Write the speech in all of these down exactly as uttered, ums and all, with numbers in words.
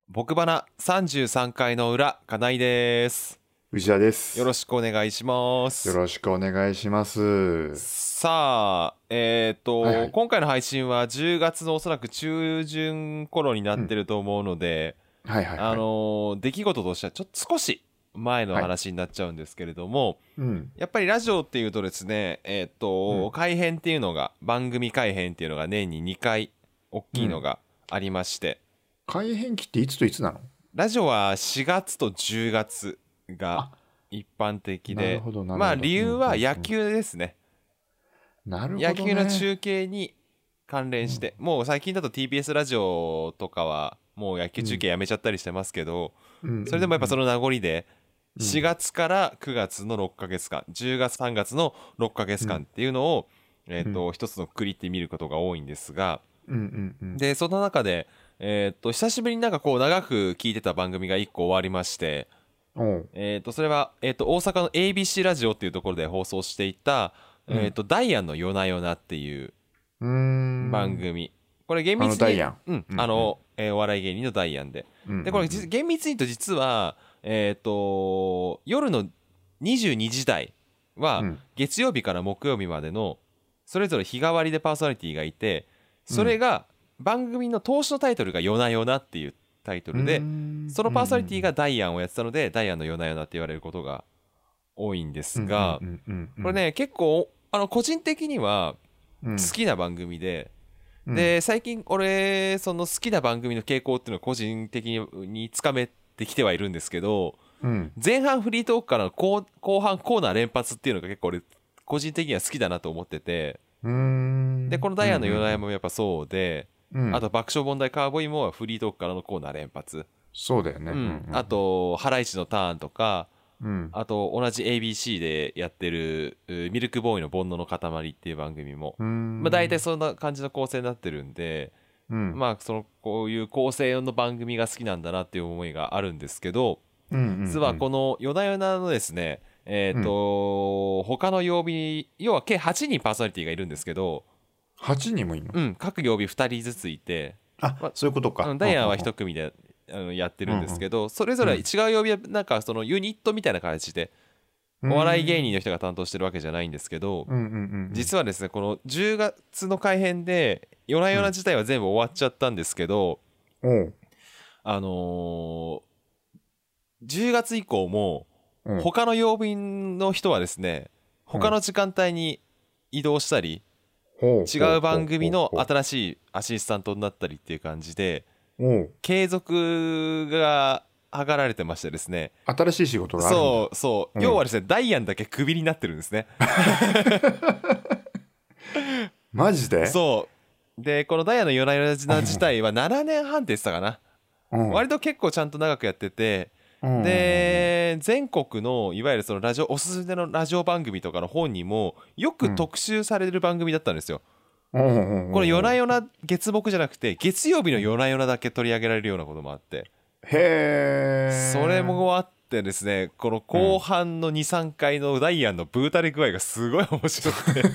僕花さんじゅうさんかいの裏、金井です。 内田です。 よろしくお願いしまよす。 ろしくお願いします。 さあ、えっと、 はいはい。 今回の配信はじゅうがつのおそらく中旬頃になうん。 ってると思うので、あはいはいはい。 の、出来事としてはちょっと少し前のはい。 話になっちゃうんですけれども、 うん。 やっぱりラジオっていうとですね、えっと、 うん。 改編っていうのが、番組改編っていうのが年ににかい、大うん。 きいのがありまして、 改編期っていつといつなの？ ラジオはしがつとじゅうがつがあ、 一般的で、 なるほどなるまあほど。うん理由はうんうん。 野球ですね。 なるほ野どね。 球の中継に関連して、 うん。 もう最近だと ティービーエス ラジオとかはもう野球中継うん。 やめちゃったりしてますけど、 うんうんそれでもやっうん。 ぱその名残で4 うん。 月からくがつのろっかげつかん、じゅうがつさんがつのろっかげつかんうん。 っていうのを、えっうん。 と、一つのくりって見ることが多いんですが、 うんうんうん。 で、その中で、えっと、久しぶりになんかこう長く聞いてた番組がいっこ終わりまして、 おう。 えー、とそれは、えー、と大阪の エービーシー ラジオっていうところで放送していた、えー、 うん。 とダイアンの夜な夜なっていううーん。 番組。これ厳あの密に、 ダイアン。 うん、 うんうんあの、えーお笑い芸人のダイアンで。 うんうんうで、これん。 厳密に言うと実は、えー、と夜のにじゅうにじ台はうん。 月曜日から木曜日までのそれぞれ日替わりでパーソナリティがいて、 うん。 それが番組の投資のタイトルが夜な夜なっていうタイトうールで、 ん。 そのうんうパーソナリティがんダイアンをやってたので、ダイアンの夜な夜なって言われることが多いんでうん。うんうすが、 んうんうん。 これね結構あの個人的にはうん。 好きな番組で、 うん。 で最近俺その好きな番組の傾向っていうのを個人的につかめてきてはいるんですけど、 うん。 前半フリートークからの後後半コーナー連発っていうのが結構俺個人的には好きだなと思ってて、 うーん。 でこのダイヤの夜な夜なもやっぱそうで、 うん。うん。 あと爆笑問題カーボーイもフリートークからのコーナー連発、 そうだよね。うんううん、あんとハライチのターンとか、 うん。 あと同じ エービーシー でやってるうミルクボーイの煩悩の塊っていう番組も、 うーまあ、大体ん。 そんな感じの構成になってるんで、 うん。 まあそのこういう構成の番組が好きなんだなっていう思いがあるんですけど、 うんう実はんこの「夜な夜な」のですね、えっ、 うん。うん。 と他の曜日、要は計はちにんパーソナリティがいるんですけど、 はちにんもいんの？ うん、各曜日ふたりずついて、 あ、 まそういうことあ、うか。 んダイアンはははは。 一組であのやってるんですうんうんけど、それぞれ違うん。 う曜日はなんかそのユニットみたいな形でうーお笑い芸人のん。 人が担当してるわけじゃないんですけど、 うんうんうん実はですねこのじゅうがつの改編で夜な夜なうん。 自体は全部終わっちゃったんですけど、 うん。おう。 あのーじゅうがつ以降もうん。 他の曜日の人はですねうん。 他の時間帯に移動したり、 ほう違うほうほう番組のほうほ新しいアシスタントになったりっていう感じでう。おう。 継続が図られてましてですね、 新しい仕事があるんだ。 そうそううん。 要はですねダイアンだけクビになってるんですね。 マジで？ そうでこのダイヤの夜な夜な自体はななねんはんって言ってたかな。 うん。うん割と結構ちゃんと長くやってて、 うんうんうんで全国のいわゆるそのラジオおすすめのラジオ番組とかの本にもよくうん。 特集される番組だったんですよ。 うんうんうこの夜んうん。 な夜な月木じゃなくて月曜日の夜な夜なだけ取り上げられるようなこともあって、 へそれえ。 もあってですねこの後うん。 半のにさんかいのダイアンのブータレ具合がすごい面白くて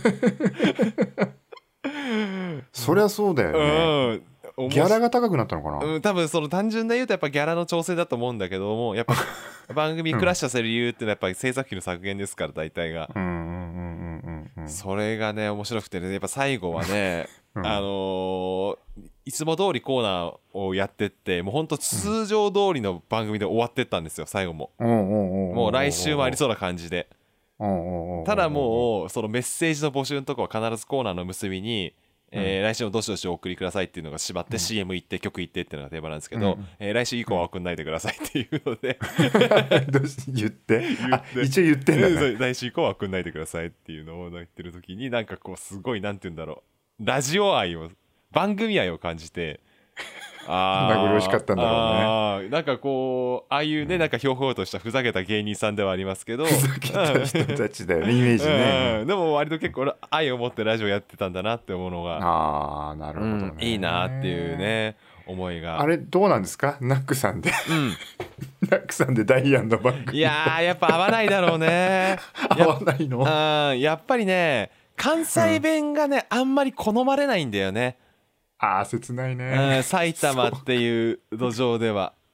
そりゃそうだよね。 うん面白ギャラが高くなったのかな？ うん、多分その単純な言うとやっぱギャラの調整だと思うんだけども、やっぱ番組うん。 クラッシュさせる理由ってのはやっぱり制作費の削減ですから大体が。 うんうんうんうんうんそれがね面白くてね、やっぱ最後はねあのうんーいつも通りコーナーをやってって、もうほんとうん通常通りの番組で終わってったんですよ最後も。 うんうんうんもう来週もありうんそうな感じで。 うんうんただうんもうそのメッセージの募集のとこは必ずコーナーの結びに、 うんえー来週もどしどしお送りくださいっていうのが縛ってうんシーエム 行って曲行ってっていうのが定番なんですけど、 うんえー来週以降はうん。 送んないでくださいっていうのでどうし言ってあ言って、 一応言ってんだね。 うんそう来週以降は送んないでくださいっていうのを言ってる時になんかこうすごいなんて言うんだろう、ラジオ愛を番組愛を感じて、 名残惜しかあーったんだろうね。 あーなんかこうああいうねなんうんかひょうひょうとしたふざけた芸人さんではありますけど、 ふざけた人たちだよね、イメージね。 うん、でも割と結構愛を持ってラジオやってたんだなって思うのうん、 が、 ああ、なるほどうん、いいなっていうね。 ね思いが。 あれ、どうなんですかナックさんで。 うん、 ナックさんでダイアンの番い組と。 やーやっぱ合わないだろうね。 合やっわないの？ あーやっぱりね関西うん。 弁がねあんまり好まれないんだよね。 ああ、切ないね。 うん、埼玉そう。 っていう土壌では。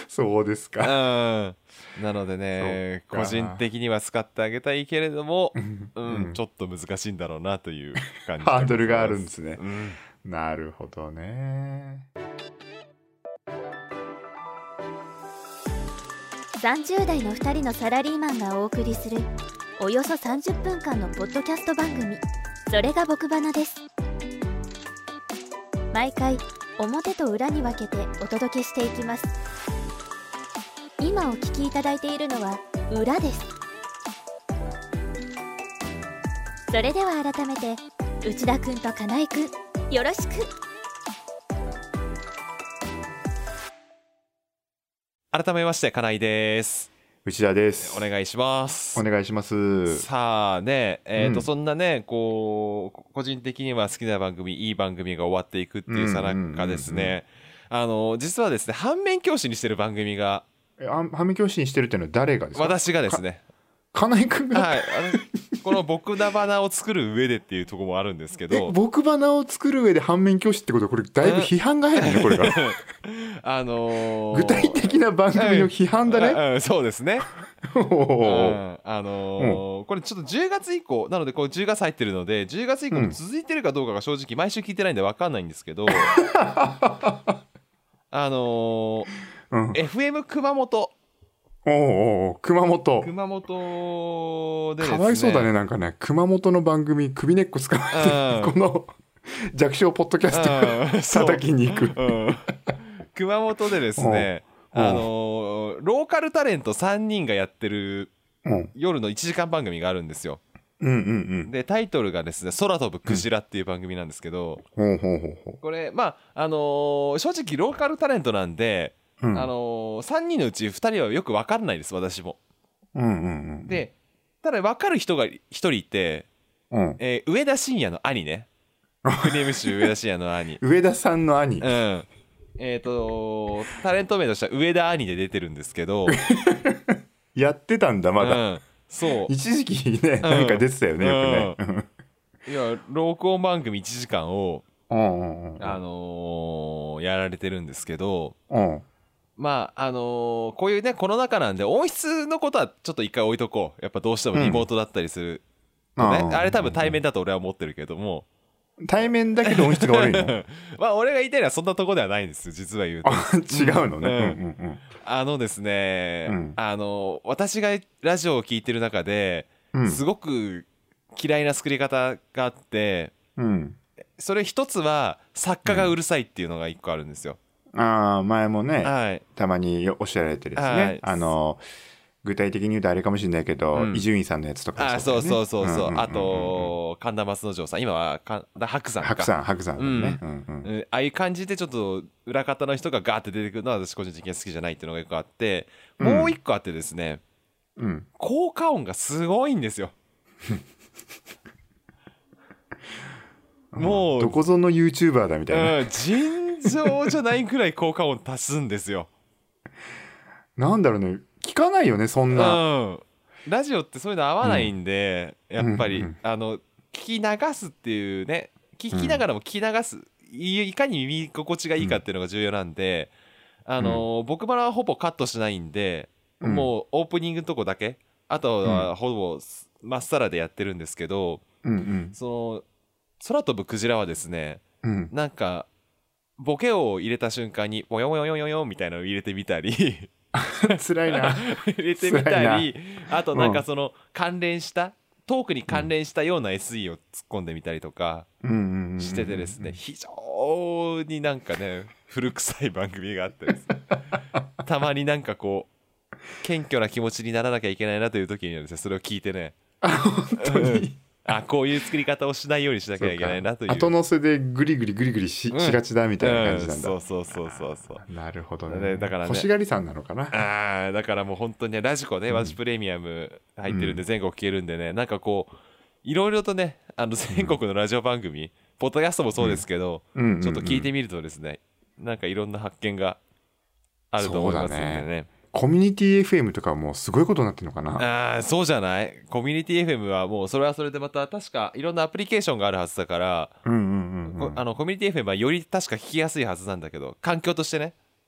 そうですか。 うんなのでねそっか個人的には使ってあげたいけれども、 うんうんうんちょっと難しいんだろうなという感じでございますハードルがあるんですねうんなるほどね。 さんじゅう代のふたりのサラリーマンがお送りするおよそさんじゅっぷんかんのポッドキャスト番組、それが僕花です。毎回表と裏に分けてお届けしていきます。今お聞きいただいているのは裏です。それでは改めて内田くんと金井くん、よろしく。 改めまして金井です。 内田です。 お願いします。 お願いします。 さあねえーと、 うんそんなねこう個人的には好きな番組いい番組が終わっていくっていうさなかですね、あの実はですね反面教師にしてる番組がえあ反面教師にしてるっていうのは誰がですか？ 私がですね金井くんが、 はい、あのこの僕だ花を作る上でっていうところもあるんですけえど僕花を作る上で反面教師ってことはこれだいぶ批判が入るねこれがあのー具体的な番組の批判だね、 うんうんそうですねおうーんあのーこれちょっとじゅうがつ以降なのでこうじゅうがつ入ってるのでじゅうがつ以降も続いてるかどうかが正直毎週聞いてないんで分かんないんですけどあのーうん、 エフエム 熊本おーおー熊本熊本でですねかわいそうだねなんかね熊本の番組首根っこ使ってうんこの弱小ポッドキャストうんそう叩きに行くうん熊本でですねうんあのーローカルタレントさんにんがやってるうん夜のいちじかん番組があるんですよ。 うんうんでタイトルがですね空飛ぶクジラっていう番組なんですけど、 うんほうほうほうほこれまああのー正直ローカルタレントなんで、 ううんあのーさんにんのうちふたりはよく分かんないです私も。 うんうんでただ分かる人がひとりいて、 うんえー上田晋也の兄ねクリームシチュー上田晋也の兄上田さんの兄うんえっ、とタレント名としては上田兄で出てるんですけどやってたんだまだ、 うん、そう一時期ねなんか出てたよね、よくねいや録音番組いちじかんを、 うんうんうんあのーやられてるんですけどうんまああのーこういうねコロナ禍なんで音質のことはちょっと一回置いとこうやっぱどうしてもリモートだったりするとね、 うんあれ多分対面だと俺は思ってるけども対面だけど音質が悪いのまあ俺が言いたいのはそんなとこではないんです実は言うとあ違うのね、 うんうんうんあのですね、 うんあの私がラジオを聞いてる中で、 うんすごく嫌いな作り方があってうんそれ一つは作家がうるさいっていうのが一個あるんですよ、 ああ前もね、 はいたまにおっしゃられてるですね、 はいあの具体的に言うとあれかもしれないけどうん伊集院さんのやつとかあそうそうそうそう、 んんんんあと神田松之丞さん今は神田伯山か白さん白さんだね、うんうんうんああいう感じでちょっと裏方の人がガーって出てくるのは私個人的には好きじゃないっていうのが一個あって、もう一個あってですねうん効果音がすごいんですよもうどこぞの YouTuber だみたいな、 うん、尋常じゃないくらい効果音足すんですよなんだろうね聞かないよねそんな、 うん、ラジオってそういうの合わないんで、やっぱり、 うんうんあの聞き流すっていうね聞きながらも聞き流す、いいかに耳心地がいいかっていうのが重要なんで、あの僕らはほぼカットしないんで、 うんもうオープニングのとこだけあとはほぼまっさらでやってるんですけど、 うんうんその空飛ぶクジラはですねうんなんかボケを入れた瞬間にボヨボヨヨヨヨみたいなのを入れてみたり辛いな入れてみたり辛あとなんかその関連したトークに関連したような エスイー を突っ込んでみたりとかうんうんうんうんしててですね非常になんかね古臭い番組があってですねたまになんかこう謙虚な気持ちにならなきゃいけないなという時にはですねそれを聞いてね本当にあこういう作り方をしないようにしなきゃいけないなという後乗せでグリグリグリグリし,、 うんしがちだみたいな感じなんだ、 うんそうそうそうそうそうなるほどねねだからね欲しがりさんなのかなあーだからもう本当にねラジコね、 うんワジプレミアム入ってるんでうん全国聞けるんでね、なんかこういろいろとねあの全国のラジオ番組、ポッドキャストもそうですけど、 うんうんうんちょっと聞いてみるとですねなんかいろんな発見があると思いますんでねそうだコミュニティ エフエム とかもすごいことになってるのかなあーそうじゃないコミュニティ エフエム はもうそれはそれでまた確かいろんなアプリケーションがあるはずだから、 うんうんうんうんこあのコミュニティ エフエム はより確か聞きやすいはずなんだけど環境としてね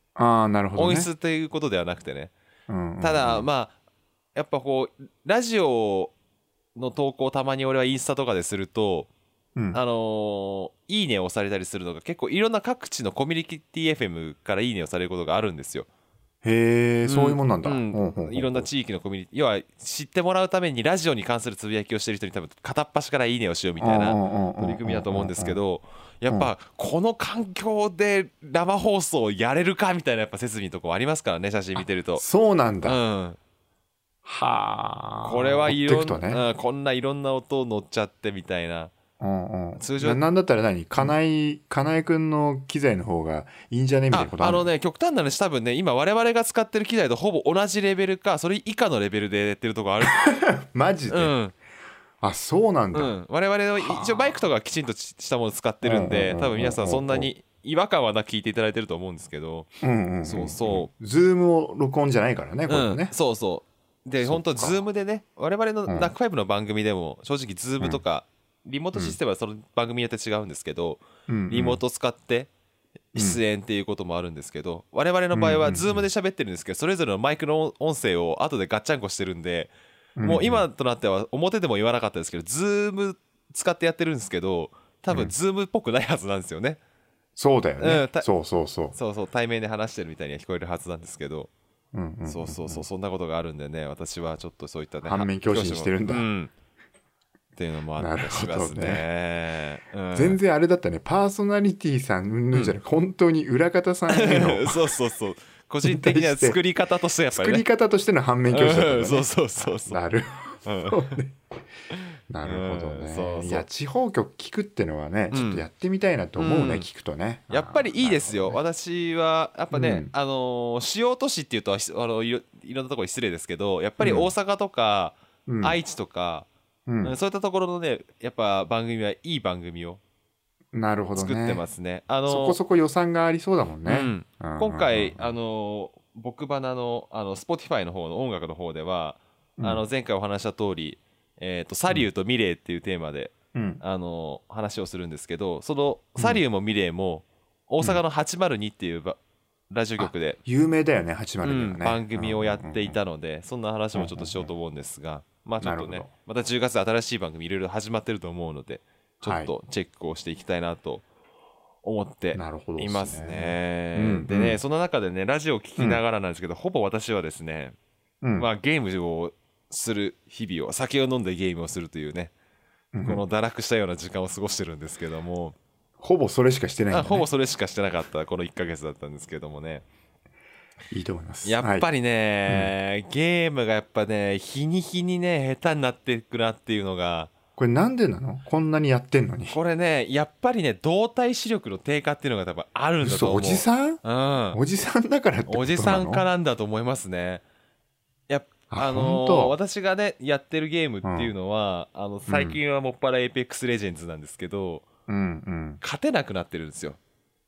ああなるほどね。 音質ということではなくてね、 うんうんうん、 ただまあやっぱこうラジオの投稿たまに俺はインスタとかですると、 うん、 あのー、いいねを押されたりするのが結構いろんな各地のコミュニティ エフエム からいいねをされることがあるんですよ。 へえ、うん、そういうもんなんだ、 うんうん、いろんな地域のコミュニティ、要は知ってもらうためにラジオに関するつぶやきをしてる人に多分片っ端からいいねをしようみたいな取り組みだと思うんですけど、やっぱこの環境で生放送をやれるかみたいなやっぱ設備のとこありますからね、写真見てると。 そうなんだ、 うん、 はあ、 これはいろんな、 ね、 うん、こんないろんな音乗っちゃってみたいな。 うんうん、 通常なんだったら何かなえかなえくんの機材の方がいいんじゃねみたいなことあるあ, あのね極端な話多分ね今我々が使ってる機材とほぼ同じレベルかそれ以下のレベルでやってるとこあるマジで、うん、あそうなんだ、うん、 我々の一応バイクとかはきちんとしたもの使ってるんで多分皆さんそんなに違和感はなく聞いていただいてると思うんですけど、 うんうんうん、 そうそうズームを録音じゃないからねこれね、 うん、そうそうで本当ズームでね我々のナックファイブの番組でも正直ズームとか、うんリモートシステムはその番組によって違うんですけど、うん、リモート使って出演っていうこともあるんですけど、うん、我々の場合は Zoom で喋ってるんですけどそれぞれのマイクの音声を後でガッチャンコしてるんで、うん、もう今となっては表でも言わなかったですけど Zoom 使ってやってるんですけど多分 Zoom っぽくないはずなんですよね、うん、 そうだよね、うん、そうそうそうそうそう対面で話してるみたいには聞こえるはずなんですけど、うんうんうんうん、そうそうそうそんなことがあるんでね私はちょっとそういったね反面教師にしてるんだ、 うんっていうのもあったりしますね。 ね、うん、全然あれだったねパーソナリティさんうんじゃない、うん、本当に裏方さんへのそうそうそう個人的には作り方としてやっぱり、ね、 作り方としての反面教師だったんだね、 うん、そうそうそうそうなるほどね、うん、なるほどね、うん、そうそういや地方局聞くってのはねちょっとやってみたいなと思うね、うん、聞くとねやっぱりいいですよ、ね、私はやっぱね、うん、あの主要都市っていうとあのいろいろんなところに失礼ですけどやっぱり大阪とか、うん、愛知とかうん、そういったところのねやっぱ番組はいい番組を作ってますね。 なるほどね。あのそこそこ予算がありそうだもんね、うんうん、今回あの僕花のあの Spotify の方の音楽の方では、うん、あの前回お話した通り、えーと、サリューとミレーっていうテーマで、うん、あの話をするんですけどそのサリューもミレーも大阪のはちまるにっていうばラジオ局で有名だよねはちまるにはね、 うん、番組をやっていたのでそんな話もちょっとしようと思うんですがまあちょっとねまたじゅうがつで新しい番組いろいろ始まってると思うのでちょっとチェックをしていきたいなと思っていますね。でねその中でねラジオを聞きながらなんですけど、うん、ほぼ私はですね、うんまあ、ゲームをする日々を酒を飲んでゲームをするというね、うん、この堕落したような時間を過ごしてるんですけどもほぼそれしかしてないんだね。 ほぼそれしかしてなかったこのいっかげつだったんですけどもねいいと思います。 やっぱりね、はいうん、ゲームがやっぱね日に日にね下手になっていくなっていうのがこれなんでなのこんなにやってんのにこれねやっぱりね動体視力の低下っていうのが多分あるんだと思う。 おじさん、 うん、 おじさんだからってことなの。 おじさんかなんだと思いますね。やあのー、私がねやってるゲームっていうのは、うん、あの最近はもっぱら Apex Legends なんですけど、うんうん、勝てなくなってるんですよ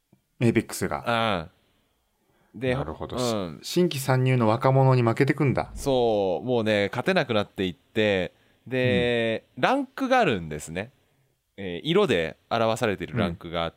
Apex が。 うんでなるほど、うん、新規参入の若者に負けてくんだ。 そうもうね勝てなくなっていってで、うん、ランクがあるんですね、えー、色で表されているランクがあって、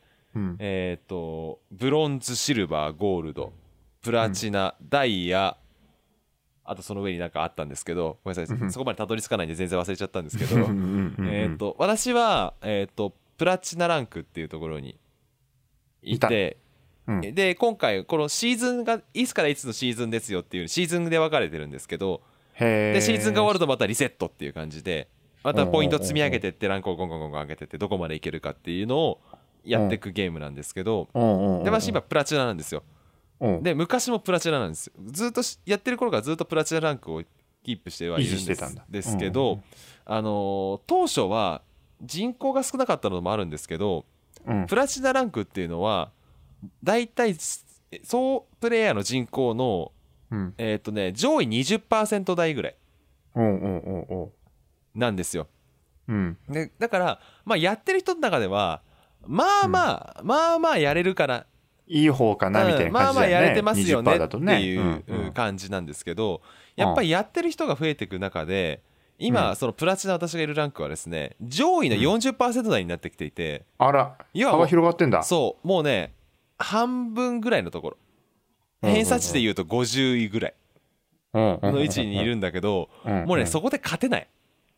うん、えっ、ー、とブロンズシルバーゴールドプラチナ、うん、ダイヤあとその上になんかあったんですけどごめんなさい、うん、そこまでたどり着かないんで全然忘れちゃったんですけどえと私は、えー、とプラチナランクっていうところにいてうん、で今回このシーズンがいつからいつのシーズンですよっていうシーズンで分かれてるんですけどでシーズンが終わるとまたリセットっていう感じでまたポイント積み上げてってランクをゴンゴンゴンゴン上げてってどこまでいけるかっていうのをやっていくゲームなんですけどで私今プラチナなんですよ。で昔もプラチナなんですよ。ずっとやってる頃からずっとプラチナランクをキープしてはいるんですですけどあの当初は人口が少なかったのもあるんですけどプラチナランクっていうのはだいたい総プレイヤーの人口の、うん、えっとね上位 にじゅっパーセント 台ぐらいなんですよ、うん、でだから、まあ、やってる人の中ではまあまあ、うん、まあまあやれるからいい方かなみたいな感じだよね、うん、まあまあやれてますよねっていう感じなんですけどやっぱりやってる人が増えていく中で今、うん、そのプラチナ私がいるランクはですね上位の よんじゅっパーセント 台になってきていて、 うん、あら幅広がってんだ。 そうもうね半分ぐらいのところ偏差値でいうとごじゅういぐらいの位置にいるんだけど、もうねそこで勝てない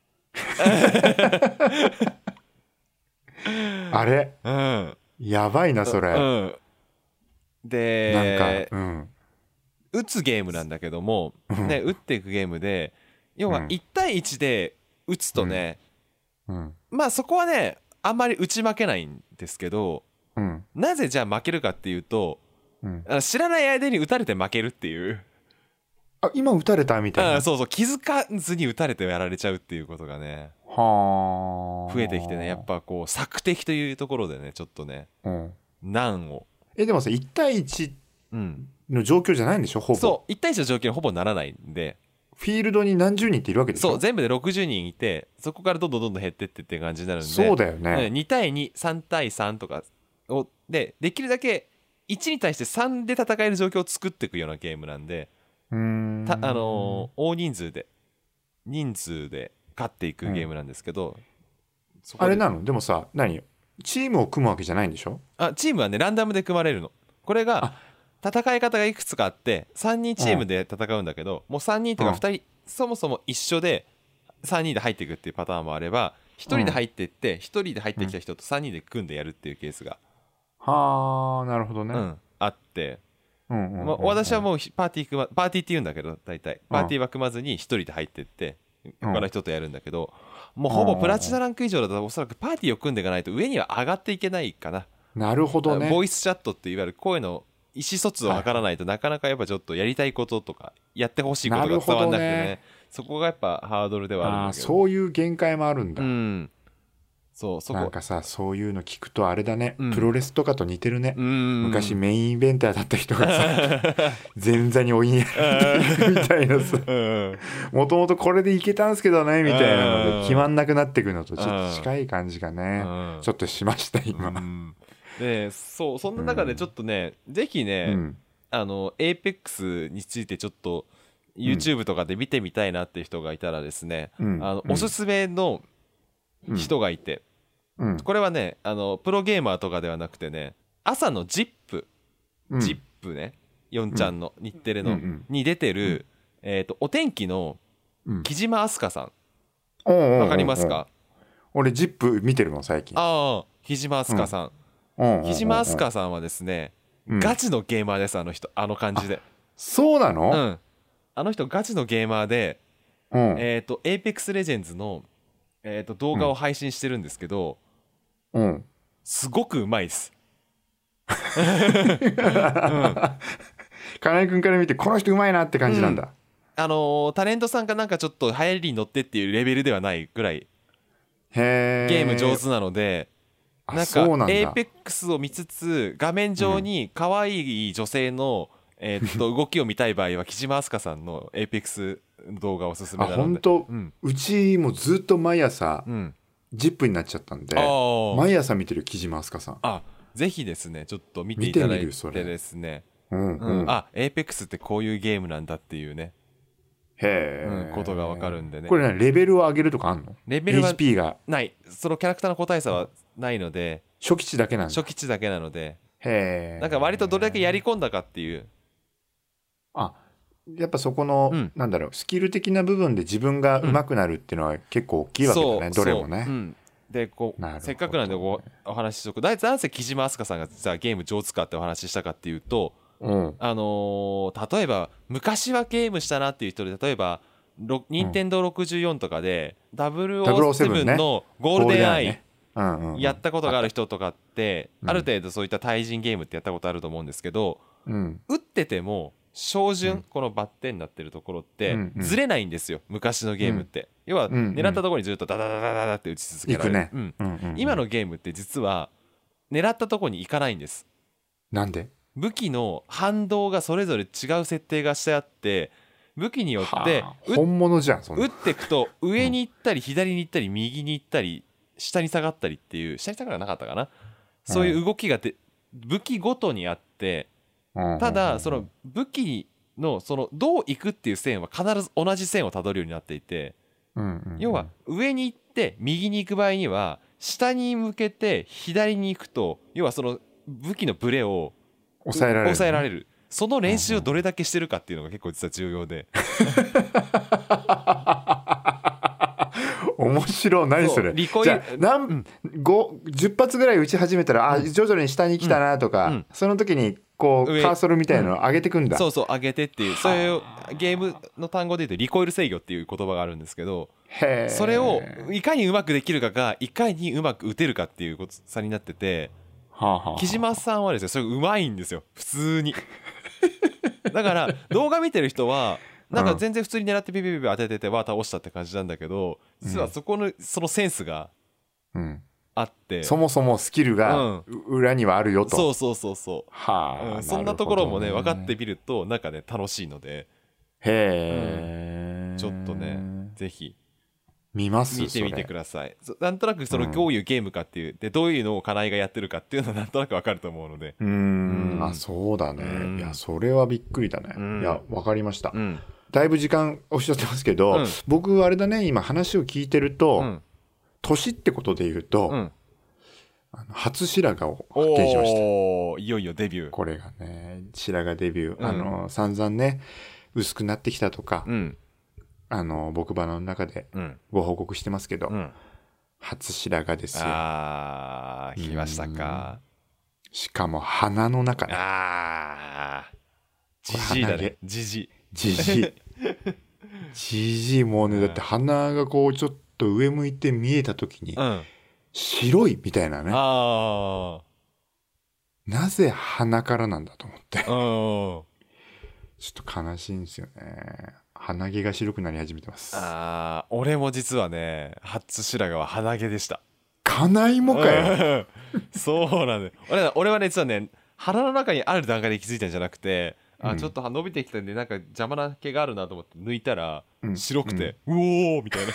あれ、 うん、 やばいなそれ、うん、 でなんか、うん、 打つゲームなんだけども、ね、打っていくゲームで要はいち対いちで打つとね、うんうん、まあそこはねあんまり打ち負けないんですけど、うん、なぜじゃあ負けるかっていうと、うん、知らない間に打たれて負けるっていう、 あ今打たれたみたいな、 あそうそう気づかずに打たれてやられちゃうっていうことがねは増えてきてね、やっぱこう索敵というところでねちょっとね、うん、難をえでもさいち対いちの状況じゃないんでしょ、ほぼ。 そういち対いちの状況にほぼならないんで、 フィールドに何十人っているわけでしょ。 そう全部でろくじゅうにんいて、そこからどんどんどんどん減ってってって感じになるんで、 そうだよね、 に対に、さん対さんとかをでできるだけいちに対してさんで戦える状況を作っていくようなゲームなんで、うーんたあのー、大人数で人数で勝っていくゲームなんですけど、うん、 そこであれなのでもさ、何チームを組むわけじゃないんでしょ。 あチームはねランダムで組まれるの。これが戦い方がいくつかあってさんにんチームで戦うんだけど、うん、もうさんにんとかふたり、うん、そもそも一緒でさんにんで入っていくっていうパターンもあれば、ひとりで入っていってひとりで入ってきた人とさんにんで組んでやるっていうケースが、 うん、はあなるほどね、 うん、あって、うんうんうんうん、まあ、私はもうパーティー組まパーティーって言うんだけど大体パーティーは組まずにひとりで入っていって他の人とやるんだけど、うん、もうほぼプラチナランク以上だとおそらくパーティーを組んでいかないと上には上がっていけないかな。 なるほどね。 ボイスチャットっていわゆる声の意思疎通を図らないとなかなかやっぱちょっとやりたいこととかやってほしいことが伝わらなくて ね, ねそこがやっぱハードルではあるんだけど、 あそういう限界もあるんだ、 うん、そうそこなんかさそういうの聞くとあれだね、うん、プロレスとかと似てるね、うん、昔メインイベンターだった人がさ前座に追いやられていくみたいなさもともとこれでいけたんすけどねみたいなので決まんなくなってくのとちょっと近い感じがねちょっとしました今、うんでそうそんな中でちょっとね、うん、ぜひね、うん、あの エーペックス についてちょっと YouTube とかで見てみたいなっていう人がいたらですね、うん、あのおすすめの人がいて、うん、これはねあのプロゲーマーとかではなくてね朝の ジップ、うん、ジップねよんちゃんの、うん、日テレの、うん、に出てる、うんえー、とお天気の木島明日香さん、うん、わかりますか。 俺 ジップ 見てるの最近。 ああ木島明日香さん、うん木島明日香さんはですね、うん、ガチのゲーマーです。あの人あの感じで。 そうなの、 うん、あの人ガチのゲーマーで、うん、えっ、ー、と Apex Legends の、えー、と動画を配信してるんですけど、うん、すごくうまいです、うん、 金井君から見てこの人うまいなって感じなんだ、うん、 あのー、タレントさんがなんかちょっと流行りに乗ってっていうレベルではないぐらいへゲーム上手なので、なんか エーペックス を見つつ画面上に可愛い女性の、えー、っと動きを見たい場合は木島明日香さんの エーペックス 動画おすすめなので。あ本当、うん、うちもずっと毎朝、うん、ジップになっちゃったんで毎朝見てる木島明日香さん。 あぜひですねちょっと見ていただいてですね、うんうんうん、あ エーペックス ってこういうゲームなんだっていうねへー、うん、ことが分かるんでね。 これねレベルを上げるとかあんの。 レベルはエイチピー がないそのキャラクターの個体差はないので初期値だけなんだ。 初期値だけなのでへーなんか割とどれだけやり込んだかっていう。 あやっぱそこの、うん、なんだろうスキル的な部分で自分が上手くなるっていうのは結構大きいわけだね、うん、どれもね。そう、うん、でこうせっかくなんでお話ししとく。なんせ木島明日香さんが実はゲーム上手かってお話ししたかっていうと、うん、あのー、例えば昔はゲームしたなっていう人で例えば任天堂ろくじゅうよんとかでダブルオーセブンのゴールデンアイやったことがある人とかってある程度そういった対人ゲームってやったことあると思うんですけど、うん、打ってても照準、うん、このバッテンになってるところってずれないんですよ昔のゲームって、うん、要は狙ったところにずっとダダダダダダって打ち続けられる、ねうんうんうん、今のゲームって実は狙ったところに行かないんです。 なんで。 武器の反動がそれぞれ違う設定がしてあって武器によって本物じゃんそんな打っていくと上に行ったり左に行ったり右に行ったり下に下がったりっていう下に下がらなかったかな、そういう動きがで武器ごとにあって、ただその武器のそのどう行くっていう線は必ず同じ線をたどるようになっていて、要は上に行って右に行く場合には下に向けて左に行くと要はその武器のブレを抑えられる、 抑えられる。 その練習をどれだけしてるかっていうのが結構実は重要で面白い。何それ。そじゃあ何、うん、じゅっ発ぐらい打ち始めたら、うん、あ徐々に下に来たなとか、うん、その時にこうカーソルみたいなのを上げてくんだ、 うん、そうそう上げてっていう、そういうゲームの単語で言うとリコイル制御っていう言葉があるんですけど、へそれをいかにうまくできるかがいかにうまく打てるかっていうこと差になってて、はあはあ、木島さんはですねそれうまいんですよ普通にだから動画見てる人はなんか全然普通に狙ってピピピピ当てててわ倒したって感じなんだけど、実はそこのそのセンスがあって、うん、 そもそもスキルが裏にはあるよと、 うん、そうそうそうそう、はあ、うん、そんなところもね分かってみるとなんかね楽しいので、へえ、うん、ちょっとねぜひ見ます見てみてください。なんとなくそのどういうゲームかっていう、うん、でどういうのを金井がやってるかっていうのはなんとなく分かると思うので、 うーん、うん、あそうだね、うん、いやそれはびっくりだね、うん、いや分かりました、うん、だいぶ時間おっしゃってますけど、うん、僕あれだね今話を聞いてると、うん、年ってことで言うと、うん、あの初白髪を発見しました。 おいよいよデビュー。 これがね白髪デビュー、うん、あの散々ね薄くなってきたとか、うん、あの僕バナの中でご報告してますけど、うん、初白髪ですよ。 あー来ましたか。 しかも鼻の中ね。 あーじじいだね。じじいじじいじじいもうねだって鼻がこうちょっと上向いて見えた時に、うん、白いみたいなね。あなぜ鼻からなんだと思ってちょっと悲しいんですよね。鼻毛が白くなり始めてます。 ああ俺も実はね初白髪は鼻毛でした。 金井もかよそうなんだよ。俺, 俺はね実はね鼻の中にある段階で気づいたんじゃなくて、あちょっと伸びてきたんでなんか邪魔な毛があるなと思って抜いたら白くて、うんうん、うおーみたいな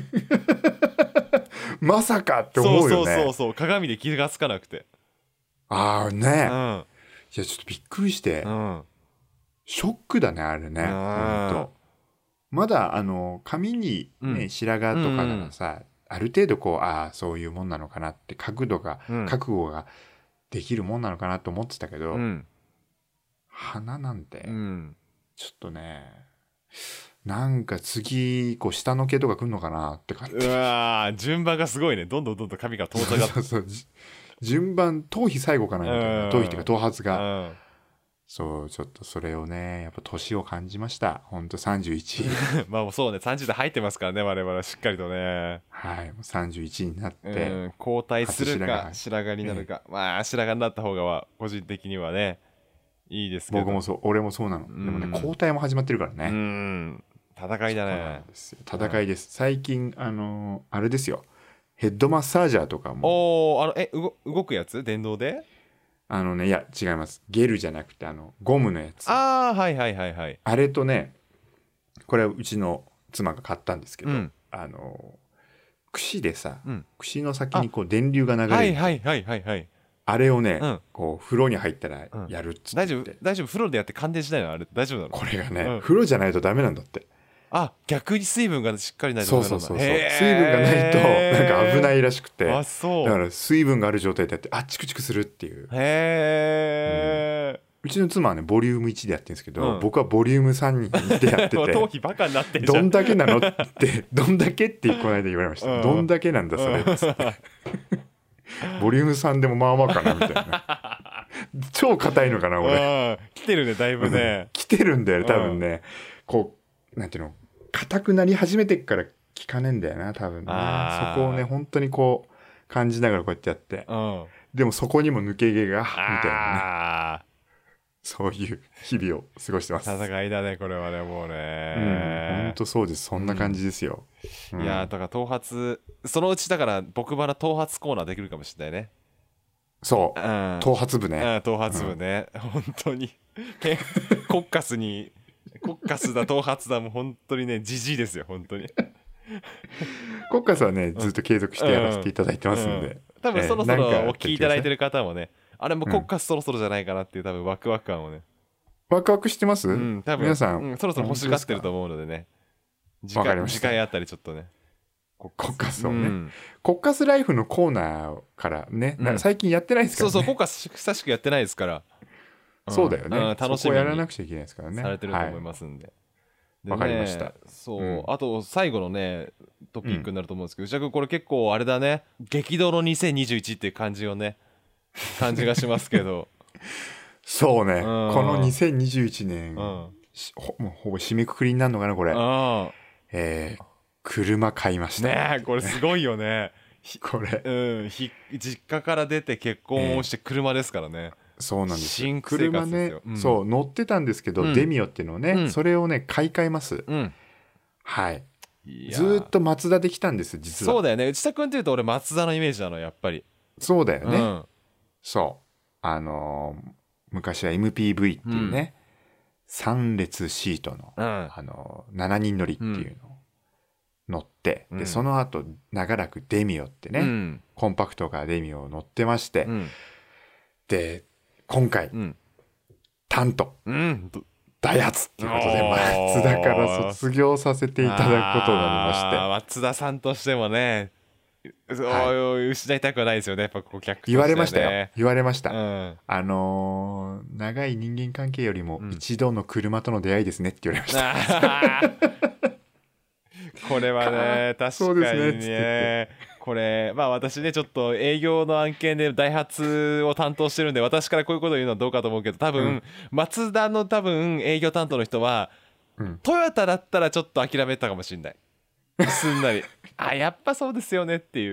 まさかって思うよね。 そうそうそうそう鏡で気がつかなくて、 ああね、うん、いやちょっとびっくりして、うん、ショックだねあれね。ほんとまだあの髪に、ねうん、白髪とかならさ、うん、ある程度こうああそういうもんなのかなって角度が、うん、覚悟ができるもんなのかなと思ってたけど、うん、鼻なんて、うん、ちょっとねなんか次こう下の毛とかくんのかなって感じ。 うわ順番がすごいね。どんどんどんどん髪が遠ざかってそうそう順番頭皮最後かなみたいな、頭皮っていうか頭髪が、そうちょっとそれをねやっぱ年を感じました。ほんとさんじゅういちまあもうそうねさんじゅう代入ってますからね我々はしっかりとね。 はいもうさんじゅういちになって、うん、 交代するか白髪になるか、えー、まあ白髪になった方がは個人的にはねいいですけど。 僕もそう俺もそうなの、うん、でもね交代も始まってるからね。 うん戦いだね。 戦いです。最近あのー、あれですよヘッドマッサージャーとかも。 おおあのえ動動くやつ電動で。 あのねいや違いますゲルじゃなくてあのゴムのやつ。 ああはいはいはいはい。 あれとねこれはうちの妻が買ったんですけど、うん、あの櫛でさ、うん、櫛の先にこう電流が流れる。 はいはいはいはいはいあれをね、うん、こう風呂に入ったらやるっつって、うん、 大丈夫大丈夫風呂でやって感電しないのあれ大丈夫なの。 これがね、うん、風呂じゃないとダメなんだって。 あ逆に水分がしっかりないとダメなんだ。そうそうそうそう水分がないとなんか危ないらしくて。あそうだから水分がある状態でやってあチクチクするっていう。へえ、うん、うちの妻はねボリュームいちでやってるんですけど、うん、僕はボリュームさんにでやってて頭皮バカになってんじゃん。 どんだけなのってどんだけってこの間言われました、うん、どんだけなんだそれっつってボリュームさんでもまあまあかなみたいな超硬いのかな俺。 来てるねだいぶね来てるんだよ多分ね、こうなんていうの硬くなり始めてっから効かねえんだよな多分ね。そこをね本当にこう感じながらこうやってやって、うん、でもそこにも抜け毛がみたいなねそういう日々を過ごしてます。 戦いだねこれはねもうね、 うん、ほんとそうですそんな感じですよ、 うんうん、いやだから頭髪そのうちだから僕バナ頭髪コーナーできるかもしれないね。 そう、うん、頭髪部ね、 うん、頭髪部ね、うん、本当にコッカスにコッカスだ頭髪だもう本当にねジジイですよ本当にコッカスはねずっと継続してやらせていただいてますんで、うんうん、 多分そろそろお聞きいただいてる方もね、あれもコッカスそろそろじゃないかなっていう多分ワクワク感をね、 ワクワクしてます、うん、 多分皆さん、 うん、そろそろ欲しがってると思うのでね次回、次回あたりちょっとねコッカスをね、うん、コッカスライフのコーナーからね、うん、最近やってないですからね。 そうそうコッカス久しくやってないですからそうだよね、うん、 楽しみにそこやらなくちゃいけないですからねされてると思いますんで、 わ、はい、ね、かりました。 そう、うん、あと最後のねトピックになると思うんですけど、うん、内田君これ結構あれだね、激動のにせんにじゅういちっていう感じをね感じがしますけどそうね、うん、このにせんにじゅういちねん、うん、ほ, もうほぼ締めくくりになるのかなこれ、うん、えー、車買いましたね。これすごいよねこれ、 うん、ひ実家から出て結婚をして車ですからね、 えー、そうなんです新生活ですよ、 車ね、うん、そう乗ってたんですけど、うん、デミオっていうのをね、うん、それをね買い替えます、うん、はいずっとマツダで来たんです実は。 そうだよね、内田君っていうと俺マツダのイメージなのやっぱり。 そうだよね、うん、そうあのー、昔は エムピーブイ っていうね、うん、さん列シートの、うん、あのー、しちにん乗りっていうのを乗って、うん、でその後長らくデミオってね、うん、コンパクトカーデミオを乗ってまして、うん、で今回、うん、タント、うん、ダイハツっていうことでマツダから卒業させていただくことになりまして、 マツダさんとしてもね、はい、失いたくはないですよねやっぱ顧客として、ね、 言われましたよ言われました、うん、あのー、長い人間関係よりも一度の車との出会いですねって言われました、 うん、これはね確かに ね, ねこれまあ私ねちょっと営業の案件でダイハツを担当してるんで私からこういうことを言うのはどうかと思うけど多分、うん、マツダの多分営業担当の人は、うん、トヨタだったらちょっと諦めたかもしれないすんなりあやっぱそうですよねっていう、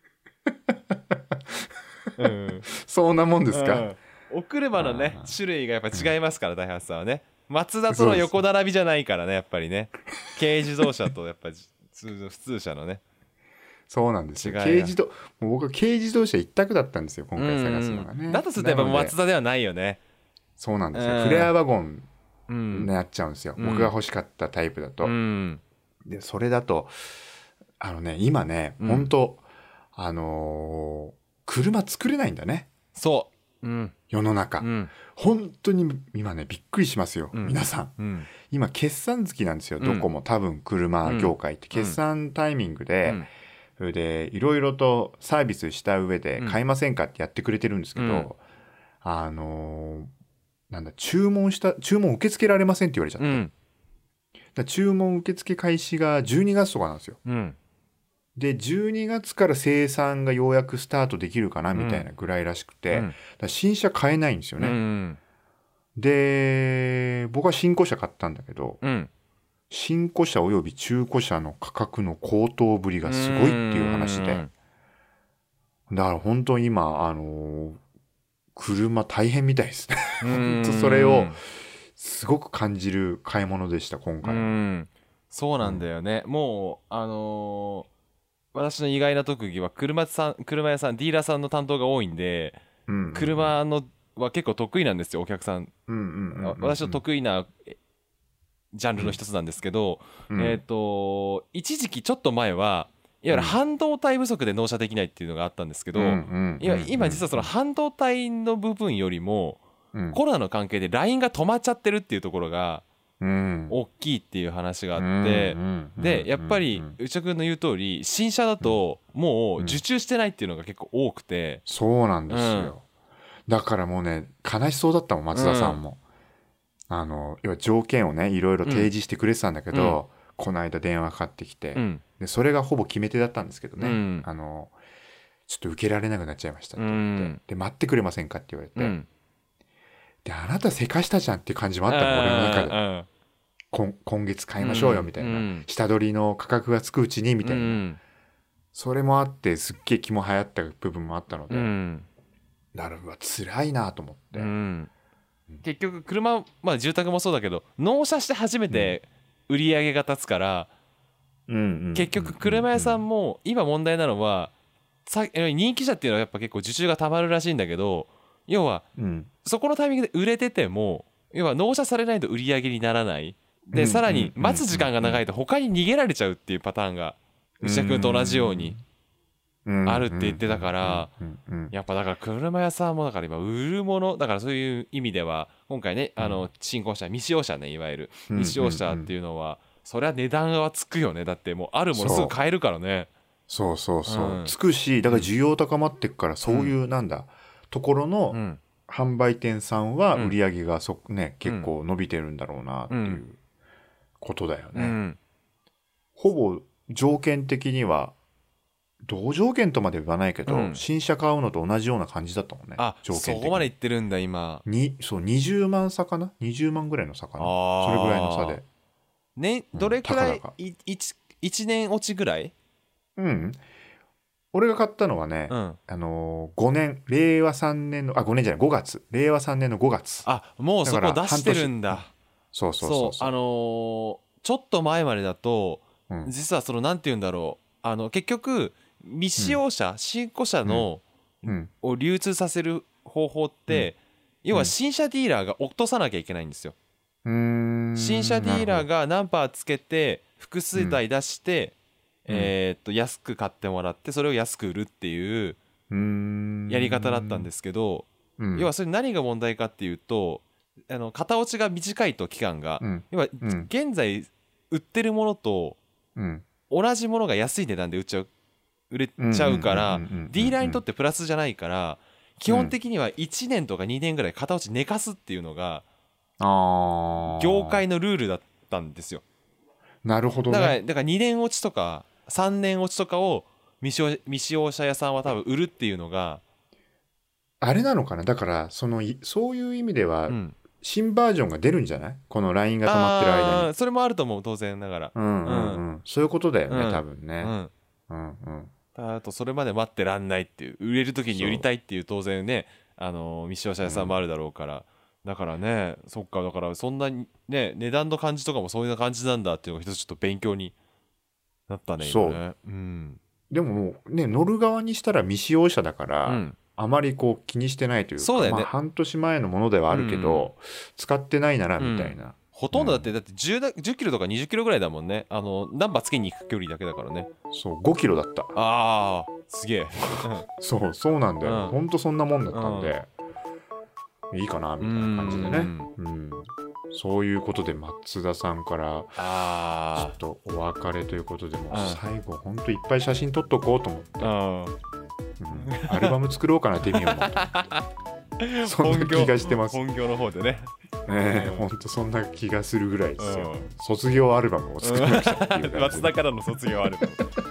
うん、そんなもんですか、うん、 お車のね種類がやっぱ違いますから、うん、ダイハツさんはねマツダとの横並びじゃないからねやっぱりね軽自動車とやっぱ普通車のねそうなんですよ軽自動もう僕は軽自動車一択だったんですよ今回探すのがね、うんうん、 だとするとやっぱマツダではないよねそうなんですよ、うん、フレアワゴンになっちゃうんですよ、うん、僕が欲しかったタイプだと、うんでそれだとあのね今ね、うん、本当あのー、車作れないんだねそう、うん、 世の中、うん、本当に今ねびっくりしますよ、うん、皆さん、うん、今決算月なんですよ、うん、どこも多分車業界って決算タイミングで、うん、それでいろいろとサービスした上で買いませんかってやってくれてるんですけど、うん、あのー、なんだ注文した注文受け付けられませんって言われちゃって、うんだ注文受付開始がじゅうにがつとかなんですよ、うん、でじゅうにがつから生産がようやくスタートできるかなみたいなぐらいらしくて、うん、だ新車買えないんですよね、うん、で僕は新古車買ったんだけど、うん、新古車および中古車の価格の高騰ぶりがすごいっていう話で、だから本当に今あのー、車大変みたいですね本当それをすごく感じる買い物でした今回。うんそうなんだよね、うん、もうあのー、私の意外な特技は 車, さん車屋さんディーラーさんの担当が多いんで、うんうんうん、車のは結構得意なんですよお客さん、うんうんうんうん、私の得意なジャンルの一つなんですけど、うん、えっ、ー、と一時期ちょっと前はいわゆる半導体不足で納車できないっていうのがあったんですけど、うん、今, 今実はその半導体の部分よりもうん、コロナの関係で ライン が止まっちゃってるっていうところが大きいっていう話があって、うん、でやっぱり内田君の言う通り新車だともう受注してないっていうのが結構多くて、 そうなんですよ、うん、だからもうね悲しそうだったもん松田さんも、うん、あの要は条件をねいろいろ提示してくれてたんだけど、うん、この間電話かかってきて、うん、でそれがほぼ決め手だったんですけどね、うん、あのちょっと受けられなくなっちゃいましたって言って、うん、で待ってくれませんかって言われて、うんであなたせかしたじゃんっていう感じもあったの俺の中で今, 今月買いましょうよみたいな、うん、下取りの価格がつくうちにみたいな、うん、それもあってすっげえ気も流行った部分もあったので、うん、なるほど辛いなと思って、うん、 結局車、まあ、住宅もそうだけど納車して初めて売り上げが立つから、うん、結局車屋さんも今問題なのはさ人気車っていうのはやっぱ結構受注がたまるらしいんだけど要は、うん、そこのタイミングで売れてても要は納車されないと売り上げにならないで、うん、さらに待つ時間が長いと他に逃げられちゃうっていうパターンが内田君と同じようにあるって言ってたからやっぱだから車屋さんもだから今売るものだからそういう意味では今回ねあの新興車未使用車ねいわゆる未使用車っていうのはそりゃ値段はつくよねだってもうあるものすぐ買えるからねそうそうそう、うん、つくしだから需要高まってくからそういうなんだ、うんところの販売店さんは売り上げがそ、ね、結構伸びてるんだろうなっていうことだよね、うん、ほぼ条件的には同条件とまで言わないけど、うん、新車買うのと同じような感じだったもんね。 あ、条件的にそこまでいってるんだ今に。そうにじゅうまん差かな、にじゅうまんぐらいの差かな、それぐらいの差で、 ね、どれくらい、うん、1, いちねん落ちぐらい。 うん俺が買ったのはね、うん、あのー、ごねんれいわさんねんのあごねんじゃないごがつれいわさんねんのごがつ。 あもうそこ出してるんだ。 そうそうそうそうあのー、ちょっと前までだと、うん、実はそのなんて言うんだろうあの結局未使用車、うん、新古車の、うん、を流通させる方法って、うん、要は新車ディーラーが落とさなきゃいけないんですよ。 うーん新車ディーラーがナンパーつけて複数台出して、うん、えー、っと安く買ってもらってそれを安く売るっていうやり方だったんですけど、うん、要はそれ何が問題かっていうとあの型落ちが短いと期間が、うん、要は現在売ってるものと同じものが安い値段で売っちゃう売れちゃうからディーラーにとってプラスじゃないから基本的にはいちねんとかにねんぐらい型落ち寝かすっていうのが業界のルールだったんですよ。 なるほどね。 だから、だからにねん落ちとかさんねん落ちとかを未使用、未使用車屋さんは多分売るっていうのがあれなのかな。だからそのそういう意味では、うん、新バージョンが出るんじゃない？このラインが止まってる間に。 それもあると思う当然ながら、 うんうんうんうん、そういうことだよね、うん、多分ね、うんうんうん、あとそれまで待ってらんないっていう売れる時に売りたいっていう当然ねあの未使用車屋さんもあるだろうから、うん、だからねそっかだからそんなにね値段の感じとかもそういう感じなんだっていうのが一つちょっと勉強になったね。 そう、 ね、うん、 でももうね乗る側にしたら未使用車だから、うん、あまりこう気にしてないというかそうだよね、 まあ、半年前のものではあるけど、うん、使ってないならみたいな、うん、 ほとんどだって、うん、だって 10, じゅっキロとかにじゅっキロぐらいだもんね。あのナンバーつけに行く距離だけだからね。 そうごキロだった。 あーすげえそうそうなんだよ、うん、ほんとそんなもんだったんで、うん、いいかなみたいな感じでね、うんうん、そういうことで松田さんからちょっとお別れということでもう最後ほんといっぱい写真撮っとこうと思って、うんうん、アルバム作ろうかなデミオンもそんな気がしてます。 本業の方でねね、ほんとそんな気がするぐらいですよ、うん、卒業アルバムを作らなくちゃっていう松田からの卒業アルバム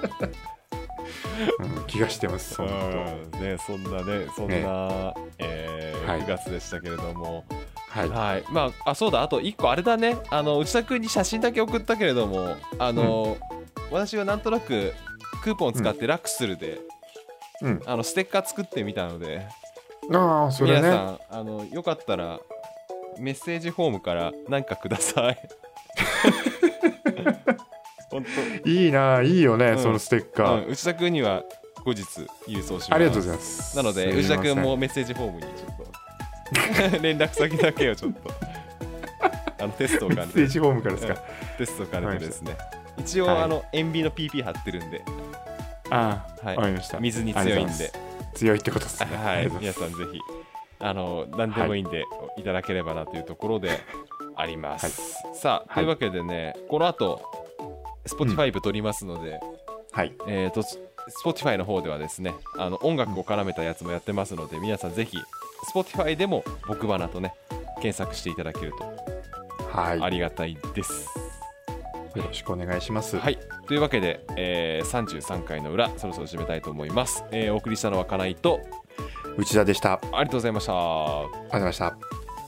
うん、気がしてます。 うんね、そんなねそんな、ねえーはい、くがつでしたけれども、はいはい、まああそうだあといっこあれだねあの内田君に写真だけ送ったけれどもあの、うん、私はなんとなくクーポンを使ってラクスルで、うん、あのステッカー作ってみたので、 あそれね、 皆さんあのよかったらメッセージフォームから何かください本当いいないいよね、うん、そのステッカー、 うん、内田君には後日郵送します。 ありがとうございます。 なので内田君もメッセージフォームにちょっと連絡先だけをちょっとあのテストを兼ねてメッセージフォームからですか、うん、 テストを兼ねてですね一応、はい、あの塩ビの ピーピー 貼ってるんでああ、はい、わかりました。 水に強いんで強いってことですね。 はい皆さんぜひあの何でもいいんで、はい、いただければなというところであります、はい、さあ、はい、というわけでねこの後 Spotify 撮りますので、 うん、はいえーと Spotify の方ではですねあの音楽を絡めたやつもやってますので、うん、皆さんぜひ Spotify でも僕花とね検索していただけるとありがたいです、 はい、よろしくお願いします。 はいというわけで、えー、さんじゅうさんかいの裏そろそろ締めたいと思います、えー、お送りしたのは金井と内田でした。ありがとうございました。 ありがとうございました。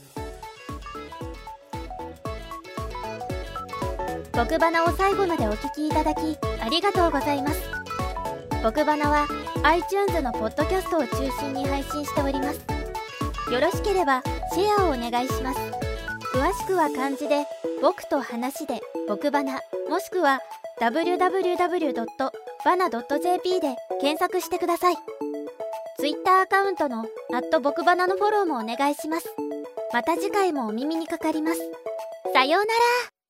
僕花を最後までお聞きいただきありがとうございます。僕花は iTunes のポッドキャストを中心に配信しております。よろしければシェアをお願いします。詳しくは漢字で僕と話で僕花もしくは ダブリューダブリューダブリュードットバナドットジェーピー で検索してください。Twitter アカウントのアット僕花のフォローもお願いします。また次回もお耳にかかります。さようなら。